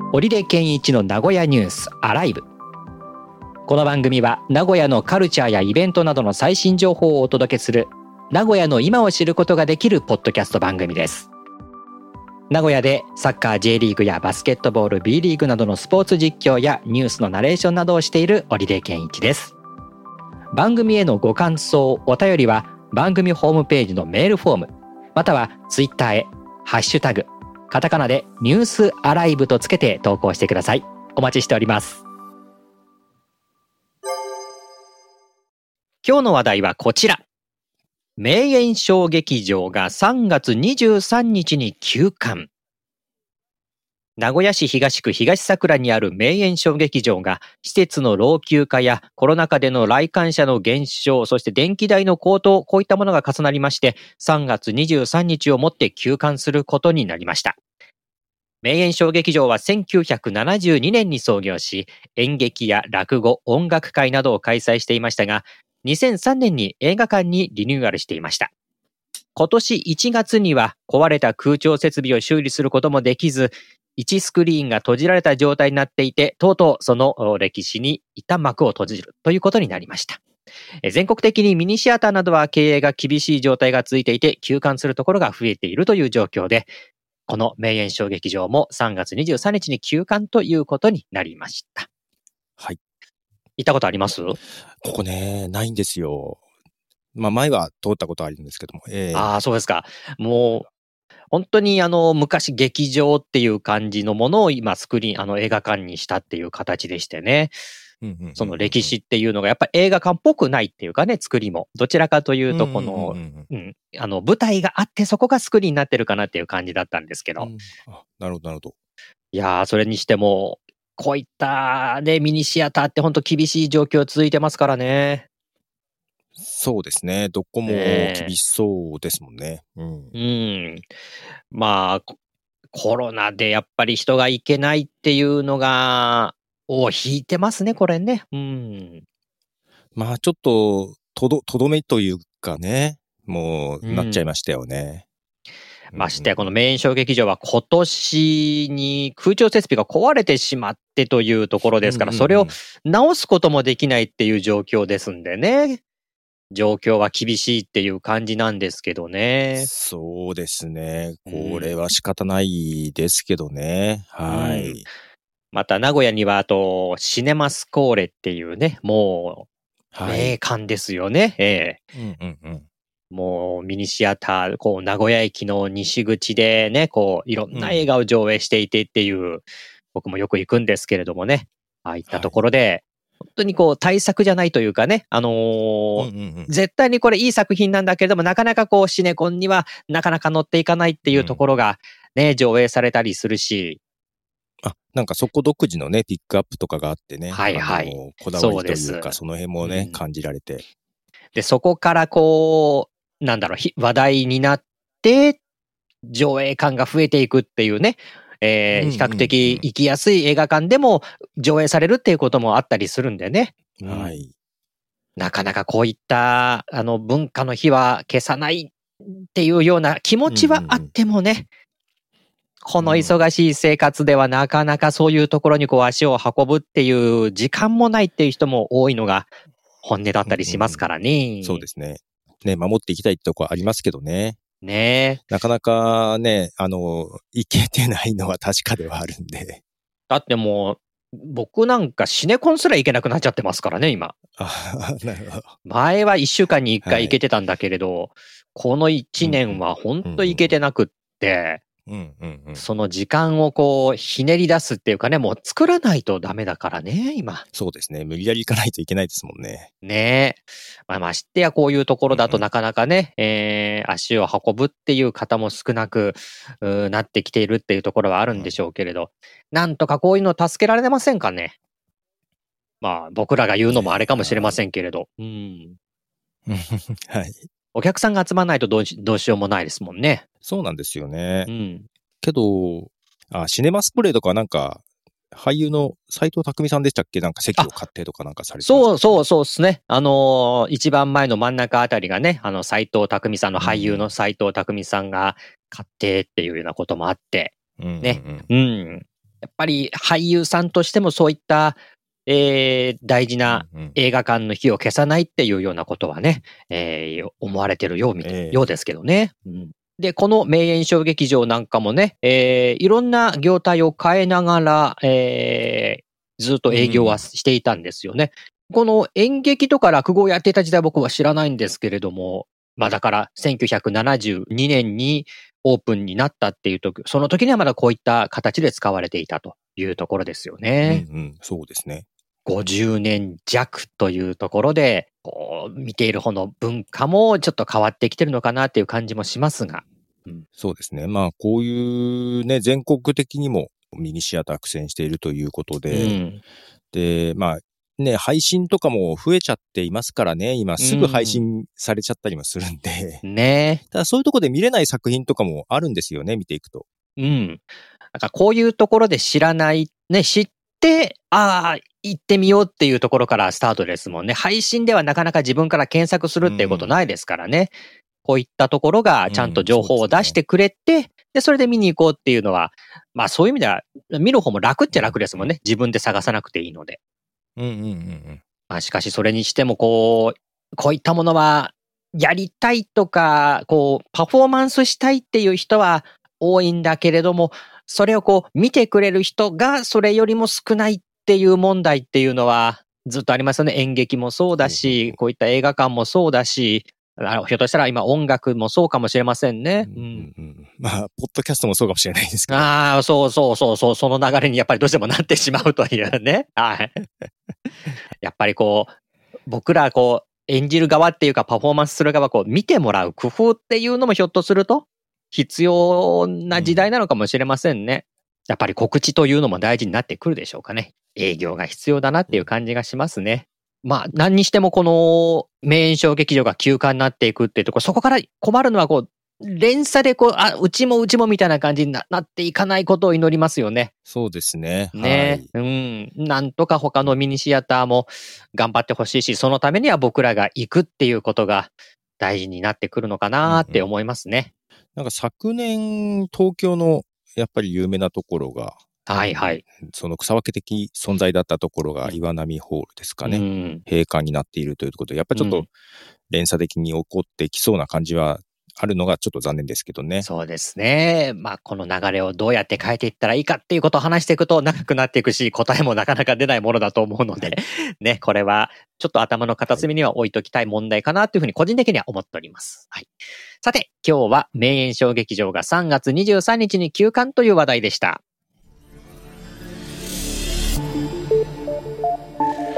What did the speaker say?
織出健一の名古屋ニュースアライブ。この番組は名古屋のカルチャーやイベントなどの最新情報をお届けする名古屋の今を知ることができるポッドキャスト番組です。名古屋でサッカー J リーグやバスケットボール B リーグなどのスポーツ実況やニュースのナレーションなどをしている織出健一です。番組へのご感想お便りは番組ホームページのメールフォームまたはツイッターへハッシュタグカタカナでニュースアライブとつけて投稿してください。お待ちしております。今日の話題はこちら。名演小劇場が3月23日に休館。名古屋市東区東桜にある名演小劇場が施設の老朽化やコロナ禍での来館者の減少、そして電気代の高騰、こういったものが重なりまして3月23日をもって休館することになりました。名演小劇場は1972年に創業し、演劇や落語、音楽会などを開催していましたが、2003年に映画館にリニューアルしていました。今年1月には壊れた空調設備を修理することもできず、1スクリーンが閉じられた状態になっていて、とうとうその歴史に一旦幕を閉じるということになりました。全国的にミニシアターなどは経営が厳しい状態が続いていて、休館するところが増えているという状況で、この名演小劇場も3月23日に休館ということになりました。 はい。 行ったことあります？ ここね、ないんですよ。前は通ったことあるんですけども。 ああ、そうですか。もう、本当に昔劇場っていう感じのものを今スクリーン、映画館にしたっていう形でしてね。その歴史っていうのがやっぱり映画館っぽくないっていうかね、作りも。どちらかというと、この、舞台があってそこがスクリーンになってるかなっていう感じだったんですけど。 なるほど、なるほど。 いやー、それにしても、こういったね、ミニシアターって本当厳しい状況続いてますからね。 そうですね。どこも厳しそうですもんね。 コロナでやっぱり人が行けないっていうのが、引いてますね、これね。 ちょっと、とどめというかね、もう、なっちゃいましたよね。 ましてや、この名演小劇場は今年に空調設備が壊れてしまってというところですから、それを直すこともできないっていう状況ですんでね。状況は厳しいっていう感じなんですけどね。 そうですね。これは仕方ないですけどね。はい。 また名古屋にはあとシネマスコーレっていうね、もう名館ですよね。もうミニシアター、名古屋駅の西口でね、いろんな映画を上映していてっていう、僕もよく行くんですけれどもね、ああいったところで、本当に対策じゃないというかね、絶対にこれいい作品なんだけれども、なかなかシネコンにはなかなか乗っていかないっていうところがね、上映されたりするし。 なんかそこ独自のね、ピックアップとかがあってね、こだわりというか、その辺もね、感じられて。 で、そこから話題になって、上映館が増えていくっていうね、比較的行きやすい映画館でも上映されるっていうこともあったりするんでね。なかなかこういった文化の日は消さないっていうような気持ちはあってもね、この忙しい生活ではなかなかそういうところに足を運ぶっていう時間もないっていう人も多いのが本音だったりしますからね。 そうですね。ね、守っていきたいってとこありますけどね。 ねえ。 なかなかね、いけてないのは確かではあるんで。 だってもう、僕なんかシネコンすら行けなくなっちゃってますからね、今。 なるほど。 前は1週間に1回行けてたんだけれど、この1年は本当行けてなくって、その時間をひねり出すっていうかね、もう作らないとダメだからね、今。 そうですね。無理やり行かないといけないですもんね。 ねえ。ましてやこういうところだとなかなかね、足を運ぶっていう方も少なくなってきているっていうところはあるんでしょうけれど、なんとかこういうの助けられませんかね。僕らが言うのもあれかもしれませんけれど。 はい。 お客さんが集まらないとどうしようもないですもんね。 そうなんですよね。けど、シネマスプレーとかなんか、俳優の斎藤工さんでしたっけ？なんか席を買ってとかなんかされてました、 そうですね。一番前の真ん中あたりがね、斎藤工さんの俳優の斎藤工さんが買ってっていうようなこともあって、ね。 やっぱり俳優さんとしてもそういった、大事な映画館の火を消さないっていうようなことはね、思われてるようですけどね。で、この名演小劇場なんかもね、いろんな業態を変えながら、ずっと営業はしていたんですよね。この演劇とか落語をやっていた時代僕は知らないんですけれども、まあだから1972年にオープンになったっていう時、その時にはまだこういった形で使われていたというところですよね。 そうですね。 50年弱というところで、こう見ている方の文化もちょっと変わってきてるのかなっていう感じもしますが。 そうですね。まあこういうね、全国的にもミニシアター苦戦しているということで、で、まあね、配信とかも増えちゃっていますからね、今すぐ配信されちゃったりもするんで。 ね。 ただそういうところで見れない作品とかもあるんですよね、見ていくと。 なんかこういうところで知らない、ね、知って、行ってみようっていうところからスタートですもんね。配信ではなかなか自分から検索するっていうことないですからね。こういったところがちゃんと情報を出してくれて、で、それで見に行こうっていうのは、まあそういう意味では、見る方も楽っちゃ楽ですもんね。自分で探さなくていいので。まあしかしそれにしてもこういったものは、やりたいとか、パフォーマンスしたいっていう人は多いんだけれども、それを見てくれる人がそれよりも少ないっていう問題っていうのはずっとありますよね。演劇もそうだし、こういった映画館もそうだし、ひょっとしたら今音楽もそうかもしれませんね。 まあ、ポッドキャストもそうかもしれないですけど。 そう、その流れにやっぱりどうしてもなってしまうというね。はい。やっぱり僕ら演じる側っていうかパフォーマンスする側見てもらう工夫っていうのもひょっとすると必要な時代なのかもしれませんね。やっぱり告知というのも大事になってくるでしょうかね。営業が必要だなっていう感じがしますね。まあ何にしてもこの名演小劇場が休館になっていくっていうところ、そこから困るのは連鎖でうちもみたいな感じになっていかないことを祈りますよね。 そうですね。 ね。なんとか他のミニシアターも頑張ってほしいし、そのためには僕らが行くっていうことが大事になってくるのかなって思いますね。 なんか昨年、東京のやっぱり有名なところが、その草分け的存在だったところが岩波ホールですかね。閉館になっているということで、やっぱりちょっと連鎖的に起こってきそうな感じはあるのがちょっと残念ですけどね。 そうですね。まあこの流れをどうやって変えていったらいいかっていうことを話していくと長くなっていくし、答えもなかなか出ないものだと思うので、ね、これはちょっと頭の片隅には置いときたい問題かなというふうに個人的には思っております。はい。さて、今日は名演小劇場が3月23日に休館という話題でした。